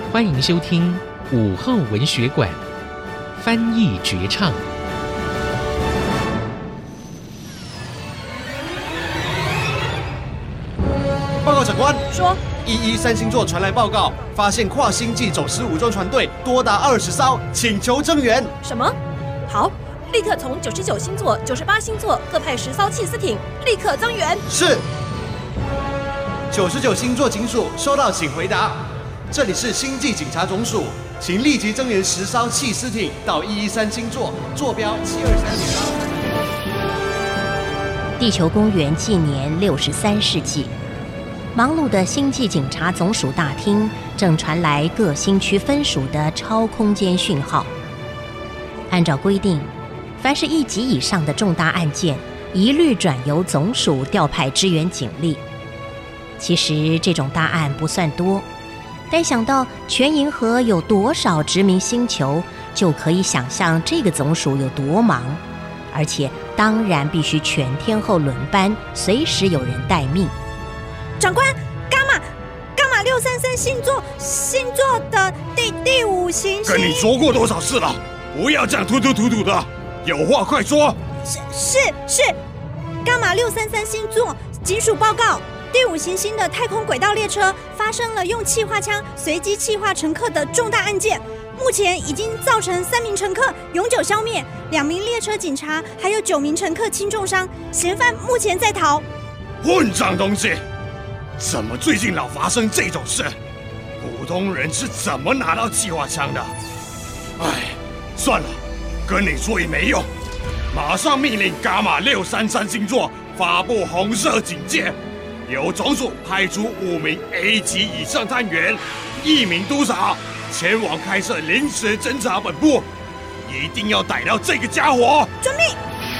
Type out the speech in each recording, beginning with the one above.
欢迎收听午后文学馆翻译绝唱。 报告长官， 说 113星座传来报告，发现跨星际走私武装船队多达20艘，请求增援。 什么？好，立刻从99星座、98星座各派10艘缉私艇，立刻增援。 是。99星座警署收到，请回答。这里是星际警察总署，请立即增援10艘缉私艇到113星座，坐标723点。 地球公元纪年63世纪，忙碌的星际警察总署大厅正传来各星区分署的超空间讯号。按照规定，凡是1级以上的重大案件，一律转由总署调派支援警力。其实这种大案不算多，但想到全银河有多少殖民星球，就可以想象这个总署有多忙，而且当然必须全天候轮班，随时有人待命。 长官，伽马633星座的第5行星。 跟你说过多少次了，不要这样突突的，有话快说。 是，伽马633星座警署报告，第5行星的太空轨道列车发生了用气化枪随机气化乘客的重大案件，目前已经造成3名乘客永久消灭，2名列车警察还有9名乘客轻重伤，嫌犯目前在逃。 混账东西！怎么最近老发生这种事？普通人是怎么拿到气化枪的？哎，算了，跟你说也没用。马上命令伽马633星座发布红色警戒，由总署派出5名 A 级以上探员，1名督察，前往开设临时侦察本部，一定要逮到这个家伙。 遵命。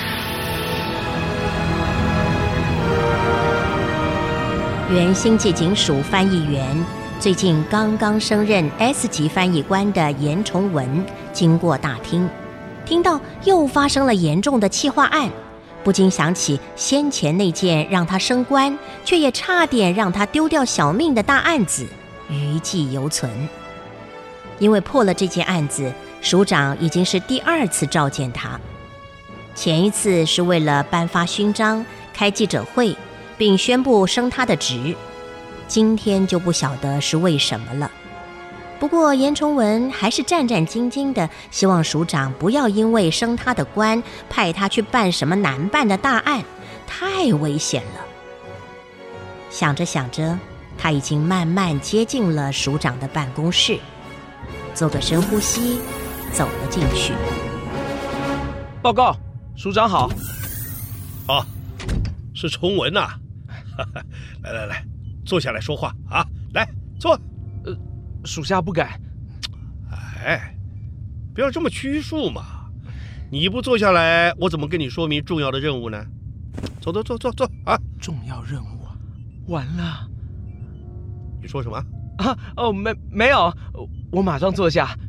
原星际警署翻译员，最近刚刚升任 S 级翻译官的严崇文，经过大厅，听到又发生了严重的气化案，不禁想起先前那件让他升官，却也差点让他丢掉小命的大案子，余悸犹存。因为破了这件案子，署长已经是第2次召见他。前一次是为了颁发勋章、开记者会，并宣布升他的职，今天就不晓得是为什么了。不过严崇文还是战战兢兢的，希望署长不要因为升他的官，派他去办什么难办的大案，太危险了。想着想着，他已经慢慢接近了署长的办公室，做个深呼吸，走了进去。 报告，署长好。 啊，是崇文呐。来，坐下来说话啊！来，坐。 属下不敢。 哎，不要这么拘束嘛！你不坐下来，我怎么跟你说明重要的任务呢？坐啊！ 重要任务啊，完了。 你说什么？ 没有，我马上坐下。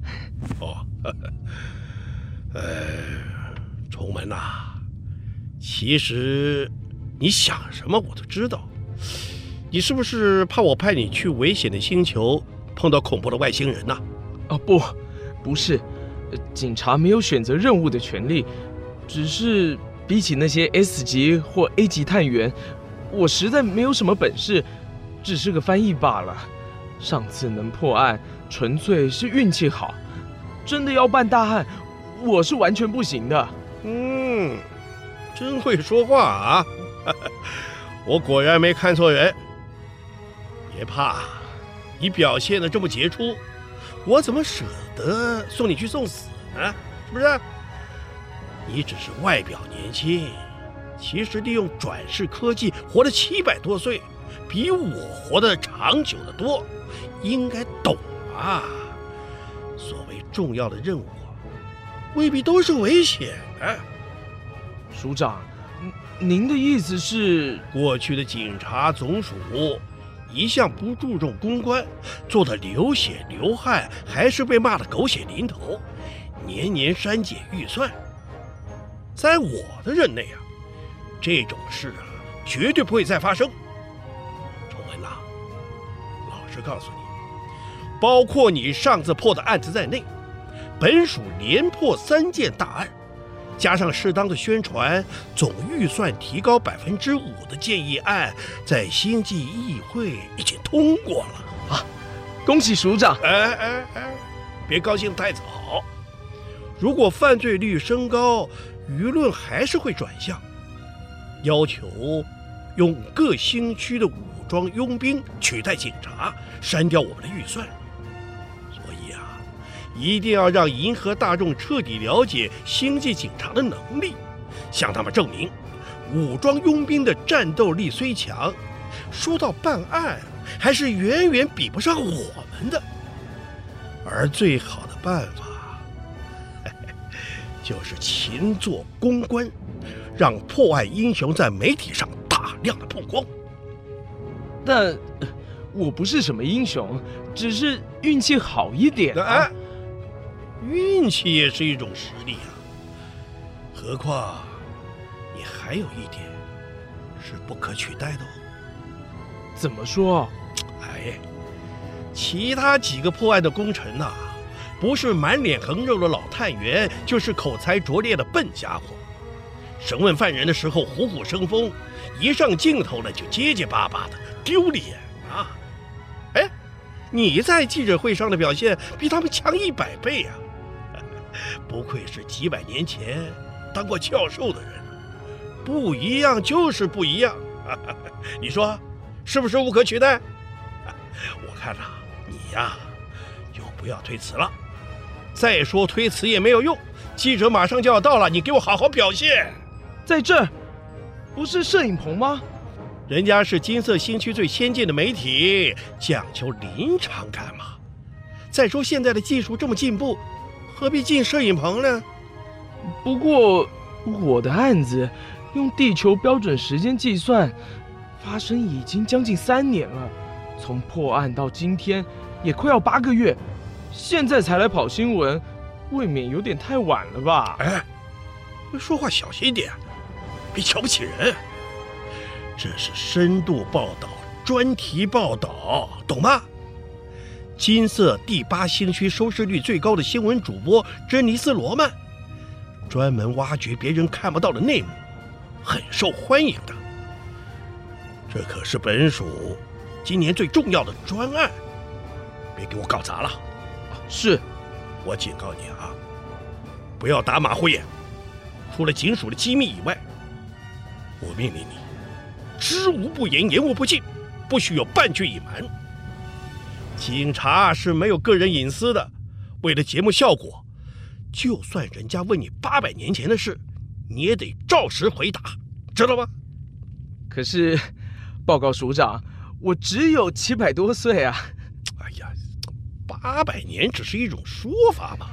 崇文呐，其实你想什么我都知道。你是不是怕我派你去危险的星球，碰到恐怖的外星人呐？ 不是，警察没有选择任务的权利，只是比起那些 S 级或 A 级探员，我实在没有什么本事，只是个翻译罢了。上次能破案，纯粹是运气好，真的要办大案，我是完全不行的。 真会说话啊！我果然没看错人。别怕，你表现得这么杰出，我怎么舍得送你去送死呢？是不是？你只是外表年轻，其实利用转世科技活了700多岁，比我活得长久得多，应该懂啊。所谓重要的任务，未必都是危险的。 署长，您的意思是， 过去的警察总署一向不注重公关，做得流血流汗，还是被骂得狗血淋头，年年删减预算。在我的任内啊，这种事啊绝对不会再发生。崇文呐，老实告诉你， 包括你上次破的案子在内，本署连破3件大案，加上适当的宣传，总预算提高5%的建议案，在星际议会已经通过了啊！ 恭喜署长！ 别高兴太早。如果犯罪率升高，舆论还是会转向，要求用各星区的武装佣兵取代警察，删掉我们的预算。所以啊，一定要让银河大众彻底了解星际警察的能力，向他们证明，武装佣兵的战斗力虽强，说到办案还是远远比不上我们的。而最好的办法就是勤做公关，让破案英雄在媒体上大量的曝光。 但我不是什么英雄，只是运气好一点啊。 运气也是一种实力啊。何况你还有一点是不可取代的哦。 怎么说？ 其他几个破案的功臣啊，不是满脸横肉的老探员，就是口才拙劣的笨家伙。审问犯人的时候虎虎生风，一上镜头了就结结巴巴的，丢脸啊！你在记者会上的表现比他们强100倍啊！不愧是几百年前当过教授的人，不一样就是不一样。你说是不是无可取代？我看啊，你呀，就不要推辞了。再说推辞也没有用，记者马上就要到了，你给我好好表现。 在这儿，不是摄影棚吗？ 人家是金色星区最先进的媒体，讲求临场感嘛。再说现在的技术这么进步，何必进摄影棚呢？ 不过我的案子用地球标准时间计算，发生已经将近3年了，从破案到今天也快要8个月，现在才来跑新闻，未免有点太晚了吧？ 说话小心一点，别瞧不起人。这是深度报道、专题报道，懂吗？金色第8星区收视率最高的新闻主播珍妮斯·罗曼，专门挖掘别人看不到的内幕，很受欢迎的。这可是本署今年最重要的专案，别给我搞砸了。 是， 我警告你啊，不要打马虎眼。除了警署的机密以外，我命令你知无不言，言无不尽，不许有半句隐瞒。警察是没有个人隐私的，为了节目效果，就算人家问你800年前的事，你也得照实回答，知道吗？ 可是，报告署长，我只有700多岁啊。 800年只是一种说法嘛。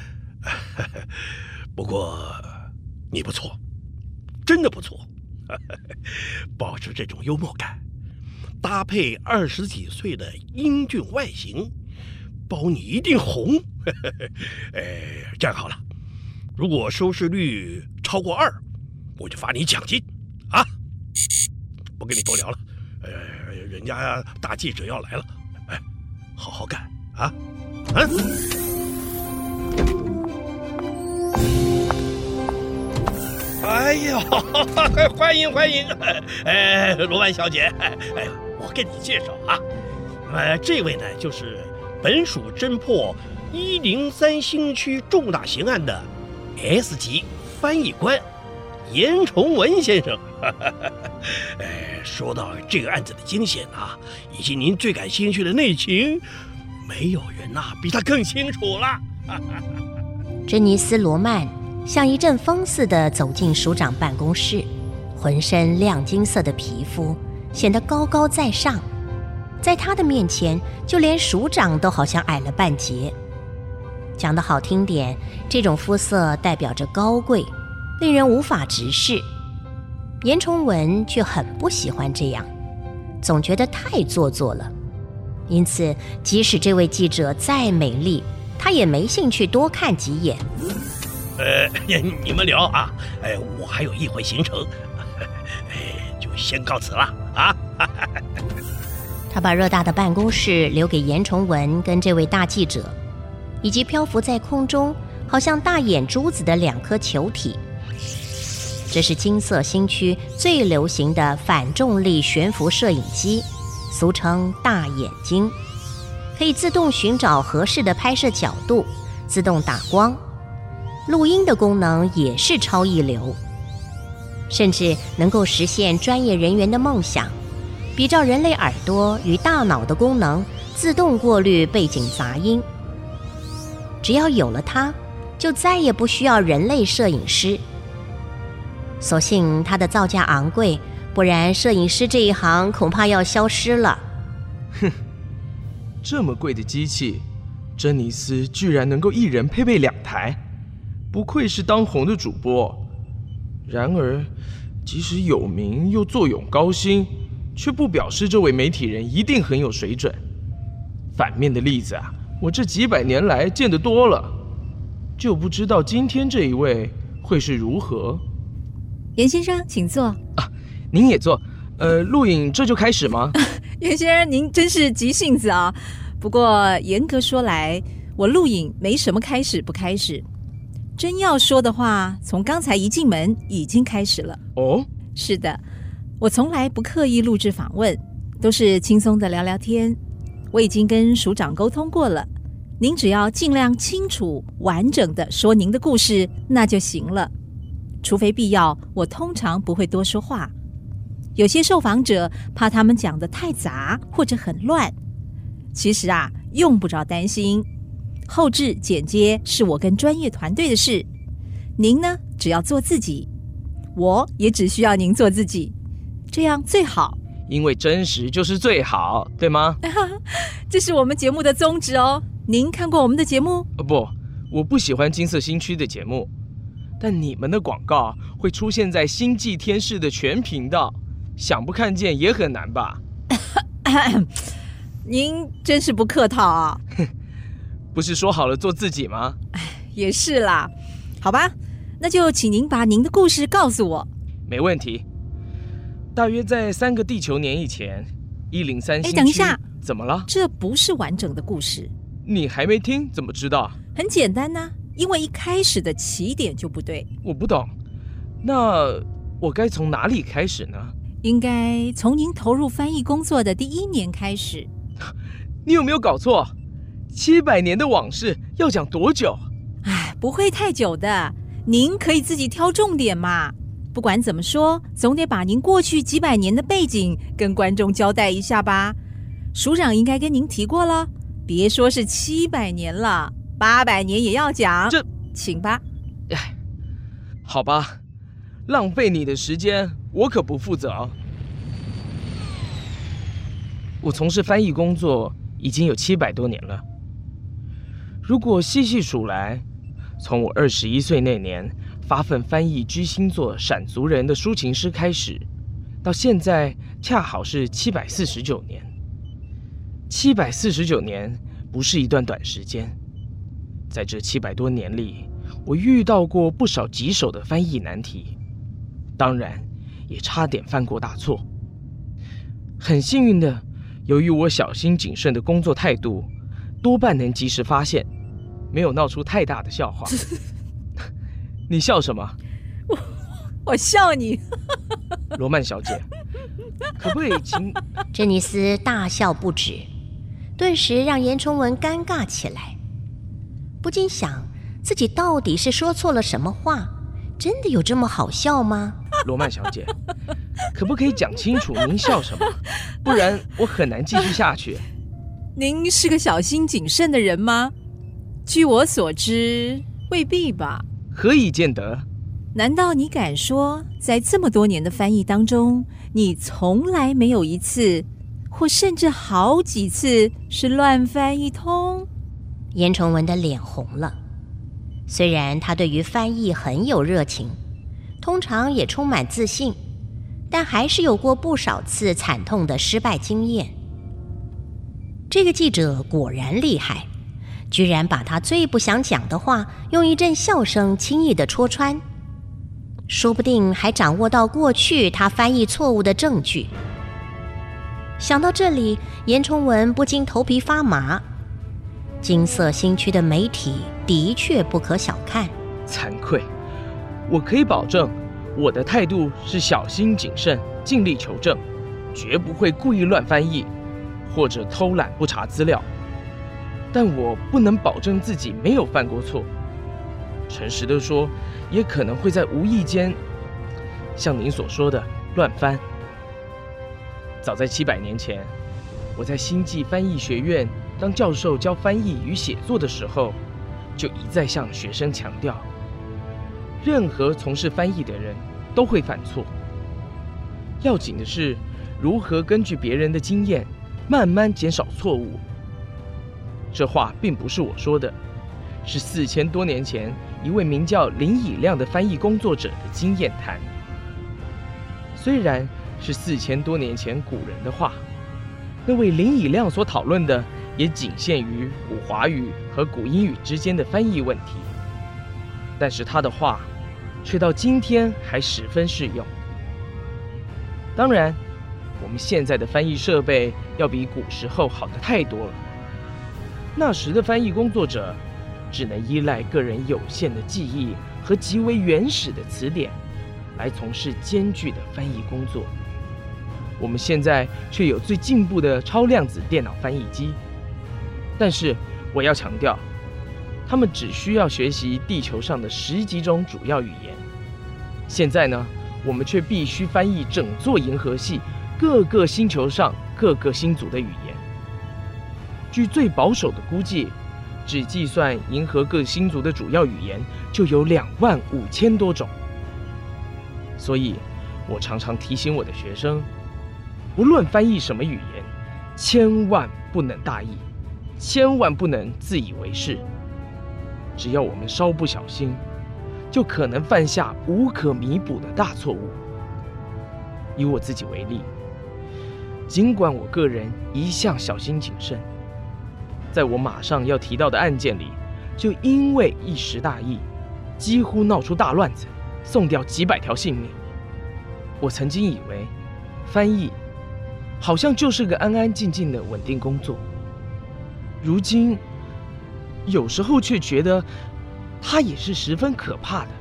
不过你不错，真的不错。保持这种幽默感，搭配20几岁的英俊外形，包你一定红。这样好了，如果收视率超过2，我就发你奖金啊！不跟你多聊了，人家大记者要来了，好好干啊！哎呦，欢迎！罗曼小姐，我跟你介绍啊，这位呢就是本署侦破103星区重大刑案的 S 级翻译官严崇文先生。说到这个案子的惊险啊，以及您最感兴趣的内情，没有人比他更清楚了。 珍妮斯·罗曼像一阵风似的走进署长办公室，浑身亮金色的皮肤显得高高在上，在他的面前，就连署长都好像矮了半截。讲得好听点，这种肤色代表着高贵，令人无法直视。严崇文却很不喜欢这样，总觉得太做作了。因此，即使这位记者再美丽，他也没兴趣多看几眼。 你们聊啊，我还有一会行程，就先告辞了啊。 他把偌大的办公室留给严崇文跟这位大记者，以及漂浮在空中好像大眼珠子的2颗球体。这是金色新区最流行的反重力悬浮摄影机，俗称大眼睛，可以自动寻找合适的拍摄角度，自动打光，录音的功能也是超一流，甚至能够实现专业人员的梦想，比照人类耳朵与大脑的功能，自动过滤背景杂音。只要有了它，就再也不需要人类摄影师。所幸它的造价昂贵，不然摄影师这一行恐怕要消失了。 哼，这么贵的机器，珍妮斯居然能够一人配备2台，不愧是当红的主播。然而，即使有名又坐拥高薪，却不表示这位媒体人一定很有水准。反面的例子啊，我这几百年来见得多了，就不知道今天这一位会是如何。 严先生，请坐。 您也坐。录影这就开始吗？ 严先生，您真是急性子啊。不过严格说来，我录影没什么开始不开始。真要说的话，从刚才一进门已经开始了。 哦， 是的，我从来不刻意录制访问，都是轻松的聊聊天。我已经跟署长沟通过了，您只要尽量清楚完整的说您的故事，那就行了。除非必要，我通常不会多说话。有些受访者怕他们讲得太杂或者很乱，其实啊，用不着担心。后制剪接是我跟专业团队的事，您呢，只要做自己，我也只需要您做自己，这样最好。 因为真实就是最好，对吗？ 这是我们节目的宗旨哦。您看过我们的节目？ 不，我不喜欢金色新区的节目。但你们的广告会出现在星际天视的全频道，想不看见也很难吧？ 您真是不客套啊！ 不是说好了做自己吗？ 也是啦。好吧，那就请您把您的故事告诉我。 没问题。大约在3个地球年以前，103星区。 等一下， 怎么了？ 这不是完整的故事。 你还没听，怎么知道？ 很简单啊，因为一开始的起点就不对。 我不懂，那我该从哪里开始呢？ 应该从您投入翻译工作的第1年开始。 你有没有搞错？700年的往事要讲多久？ 不会太久的，您可以自己挑重点嘛。不管怎么说，总得把您过去几百年的背景跟观众交代一下吧。署长应该跟您提过了，别说是700年了，800年也要讲。 这， 请吧。 好吧，浪费你的时间，我可不负责。我从事翻译工作已经有700多年了。如果细细数来，从我21岁那年发奋翻译居星座闪族人的抒情诗开始，到现在恰好是749年。749年不是一段短时间，在这700多年里，我遇到过不少棘手的翻译难题，当然也差点犯过大错。很幸运的，由于我小心谨慎的工作态度，多半能及时发现，没有闹出太大的笑话。你笑什么？ 我笑你。 罗曼小姐，可不可以请…… 珍妮斯大笑不止，顿时让严崇文尴尬起来，不禁想自己到底是说错了什么话？真的有这么好笑吗？ 罗曼小姐，可不可以讲清楚您笑什么？不然我很难继续下去。 您是个小心谨慎的人吗？据我所知，未必吧。 何以见得？ 难道你敢说，在这么多年的翻译当中，你从来没有一次，或甚至好几次是乱翻一通？ 严崇文的脸红了。虽然他对于翻译很有热情，通常也充满自信，但还是有过不少次惨痛的失败经验。这个记者果然厉害，居然把他最不想讲的话用一阵笑声轻易地戳穿，说不定还掌握到过去他翻译错误的证据。 想到这里，严崇文不禁头皮发麻。金色新区的媒体的确不可小看。 惭愧，我可以保证，我的态度是小心谨慎，尽力求证，绝不会故意乱翻译，或者偷懒不查资料。但我不能保证自己没有犯过错。诚实地说，也可能会在无意间，像您所说的乱翻。早在700年前，我在星际翻译学院当教授教翻译与写作的时候，就一再向学生强调，任何从事翻译的人都会犯错。要紧的是，如何根据别人的经验，慢慢减少错误。这话并不是我说的，是4000多年前一位名叫林以亮的翻译工作者的经验谈。虽然是4000多年前古人的话，那位林以亮所讨论的也仅限于古华语和古英语之间的翻译问题，但是他的话却到今天还十分适用。当然，我们现在的翻译设备要比古时候好得太多了。那时的翻译工作者只能依赖个人有限的记忆和极为原始的词典来从事艰巨的翻译工作。我们现在却有最进步的超量子电脑翻译机，但是我要强调，他们只需要学习地球上的10几种主要语言。现在呢，我们却必须翻译整座银河系各个星球上各个星族的语言。据最保守的估计，只计算银河各星族的主要语言就有25000多种。所以我常常提醒我的学生，不论翻译什么语言，千万不能大意，千万不能自以为是。只要我们稍不小心，就可能犯下无可弥补的大错误。以我自己为例，尽管我个人一向小心谨慎，在我马上要提到的案件里，就因为一时大意，几乎闹出大乱子，送掉几百条性命。我曾经以为翻译好像就是个安安静静的稳定工作，如今有时候却觉得它也是十分可怕的。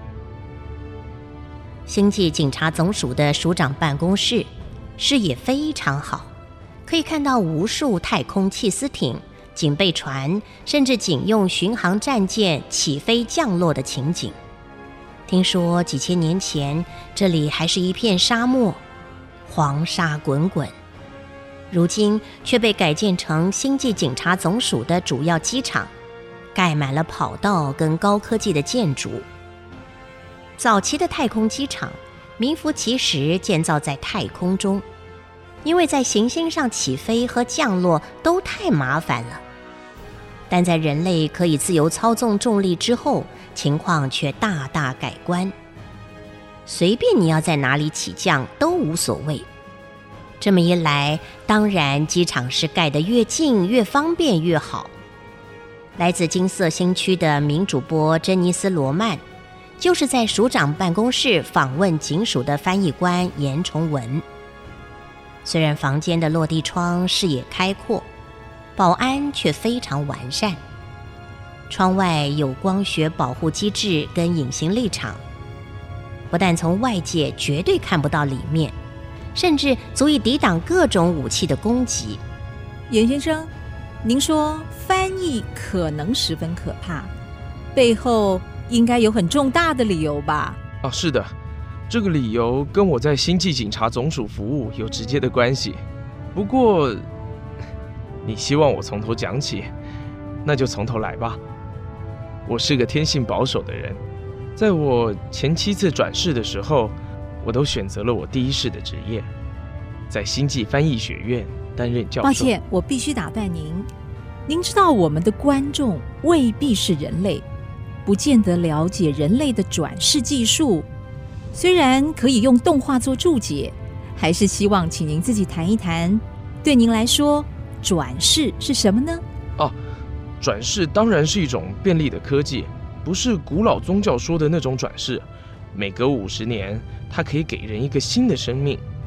星际警察总署的署长办公室视野非常好，可以看到无数太空缉私艇、警备船，甚至警用巡航战舰起飞降落的情景。听说几千年前这里还是一片沙漠，黄沙滚滚，如今却被改建成星际警察总署的主要机场，盖满了跑道跟高科技的建筑。早期的太空机场名副其实建造在太空中，因为在行星上起飞和降落都太麻烦了。但在人类可以自由操纵重力之后，情况却大大改观。随便你要在哪里起降都无所谓。这么一来，当然机场是盖得越近越方便越好。来自金色星区的名主播珍妮斯·罗曼，就是在署长办公室访问警署的翻译官严崇文。虽然房间的落地窗视野开阔，保安却非常完善。窗外有光学保护机制跟隐形立场，不但从外界绝对看不到里面，甚至足以抵挡各种武器的攻击。 严先生，您说翻译可能十分可怕，背后应该有很重大的理由吧？ 是的，这个理由跟我在星际警察总署服务有直接的关系。不过你希望我从头讲起，那就从头来吧。我是个天性保守的人，在我前7次转世的时候，我都选择了我第一世的职业，在星际翻译学院担任教授。 抱歉，我必须打断您。您知道我们的观众未必是人类，不见得了解人类的转世技术。虽然可以用动画做注解，还是希望请您自己谈一谈，对您来说转世是什么呢？ 转世当然是一种便利的科技，不是古老宗教说的那种转世。每隔50年，它可以给人一个新的生命。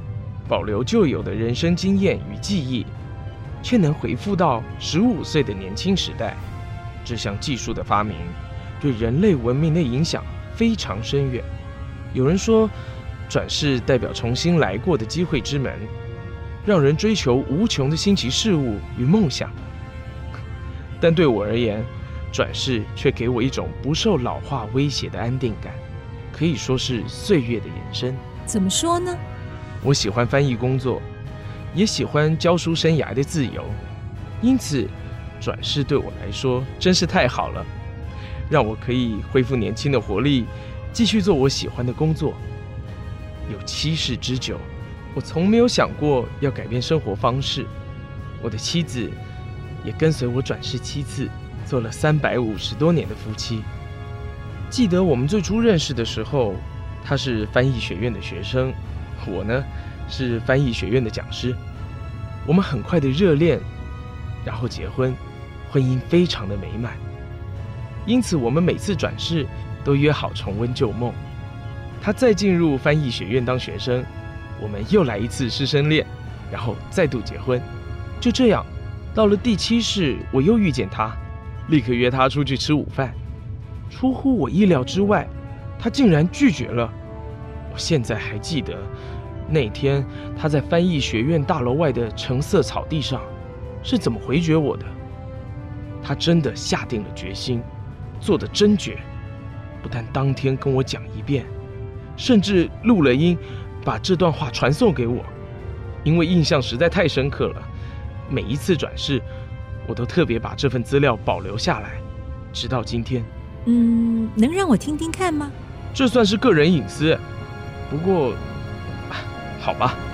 保留旧有的人生经验与记忆，却能回复到15岁的年轻时代。这项技术的发明对人类文明的影响非常深远。有人说，转世代表重新来过的机会之门，让人追求无穷的新奇事物与梦想。但对我而言，转世却给我一种不受老化威胁的安定感，可以说是岁月的延伸。 怎么说呢？ 我喜欢翻译工作，也喜欢教书生涯的自由，因此转世对我来说真是太好了，让我可以恢复年轻的活力，继续做我喜欢的工作。有7世之久，我从没有想过要改变生活方式。我的妻子也跟随我转世7次，做了350多年的夫妻。记得我们最初认识的时候，她是翻译学院的学生，我呢是翻译学院的讲师。我们很快的热恋，然后结婚，婚姻非常的美满。因此我们每次转世都约好重温旧梦。她再进入翻译学院当学生，我们又来一次师生恋，然后再度结婚。就这样，到了第7世，我又遇见她，立刻约她出去吃午饭。出乎我意料之外，她竟然拒绝了。我现在还记得那天她在翻译学院大楼外的橙色草地上是怎么回绝我的。她真的下定了决心，做得真绝，不但当天跟我讲一遍，甚至录了音，把这段话传送给我。因为印象实在太深刻了，每一次转世，我都特别把这份资料保留下来，直到今天。 能让我听听看吗？ 这算是个人隐私，不过，好吧。